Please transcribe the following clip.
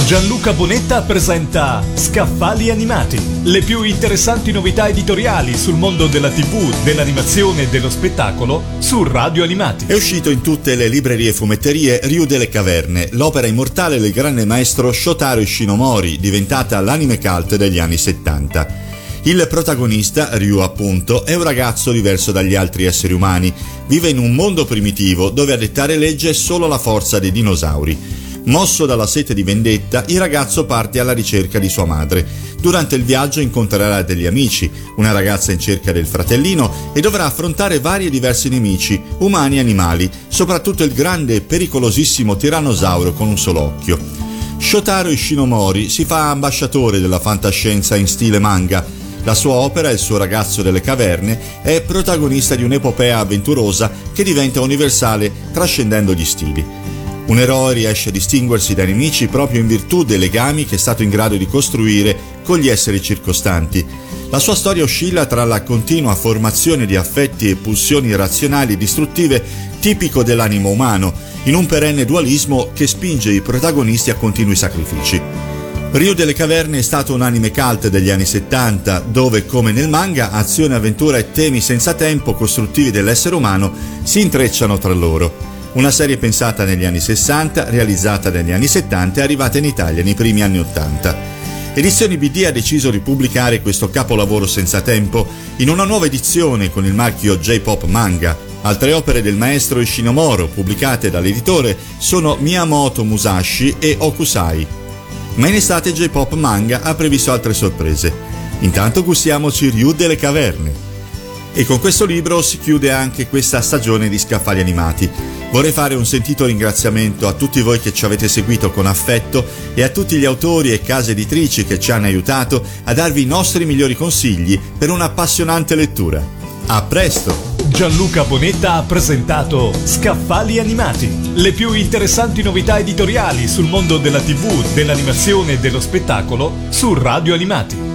Gianluca Bonetta presenta Scaffali Animati, le più interessanti novità editoriali sul mondo della TV, dell'animazione e dello spettacolo su Radio Animati. È uscito in tutte le librerie e fumetterie Ryu delle Caverne, l'opera immortale del grande maestro Shotaro Ishinomori, diventata l'anime cult degli anni 70. Il protagonista, Ryu appunto, è un ragazzo diverso dagli altri esseri umani. Vive in un mondo primitivo dove a dettare legge è solo la forza dei dinosauri. Mosso dalla sete di vendetta, il ragazzo parte alla ricerca di sua madre. Durante il viaggio incontrerà degli amici, una ragazza in cerca del fratellino e dovrà affrontare vari e diversi nemici, umani e animali, soprattutto il grande e pericolosissimo tirannosauro con un solo occhio. Shotaro Ishinomori si fa ambasciatore della fantascienza in stile manga. La sua opera, Il suo ragazzo delle caverne, è protagonista di un'epopea avventurosa che diventa universale trascendendo gli stili. Un eroe riesce a distinguersi dai nemici proprio in virtù dei legami che è stato in grado di costruire con gli esseri circostanti. La sua storia oscilla tra la continua formazione di affetti e pulsioni irrazionali e distruttive tipico dell'animo umano, in un perenne dualismo che spinge i protagonisti a continui sacrifici. Ryu delle Caverne è stato un anime cult degli anni 70, dove, come nel manga, azione, avventura e temi senza tempo costruttivi dell'essere umano si intrecciano tra loro. Una serie pensata negli anni 60, realizzata negli anni 70 e arrivata in Italia nei primi anni 80. Edizioni BD ha deciso di pubblicare questo capolavoro senza tempo in una nuova edizione con il marchio J-Pop Manga. Altre opere del maestro Ishinomori pubblicate dall'editore sono Miyamoto Musashi e Okusai. Ma in estate J-Pop Manga ha previsto altre sorprese. Intanto gustiamoci Ryu delle Caverne. E con questo libro si chiude anche questa stagione di Scaffali Animati. Vorrei fare un sentito ringraziamento a tutti voi che ci avete seguito con affetto e a tutti gli autori e case editrici che ci hanno aiutato a darvi i nostri migliori consigli per un'appassionante lettura. A presto! Gianluca Bonetta ha presentato Scaffali Animati, le più interessanti novità editoriali sul mondo della TV, dell'animazione e dello spettacolo su Radio Animati.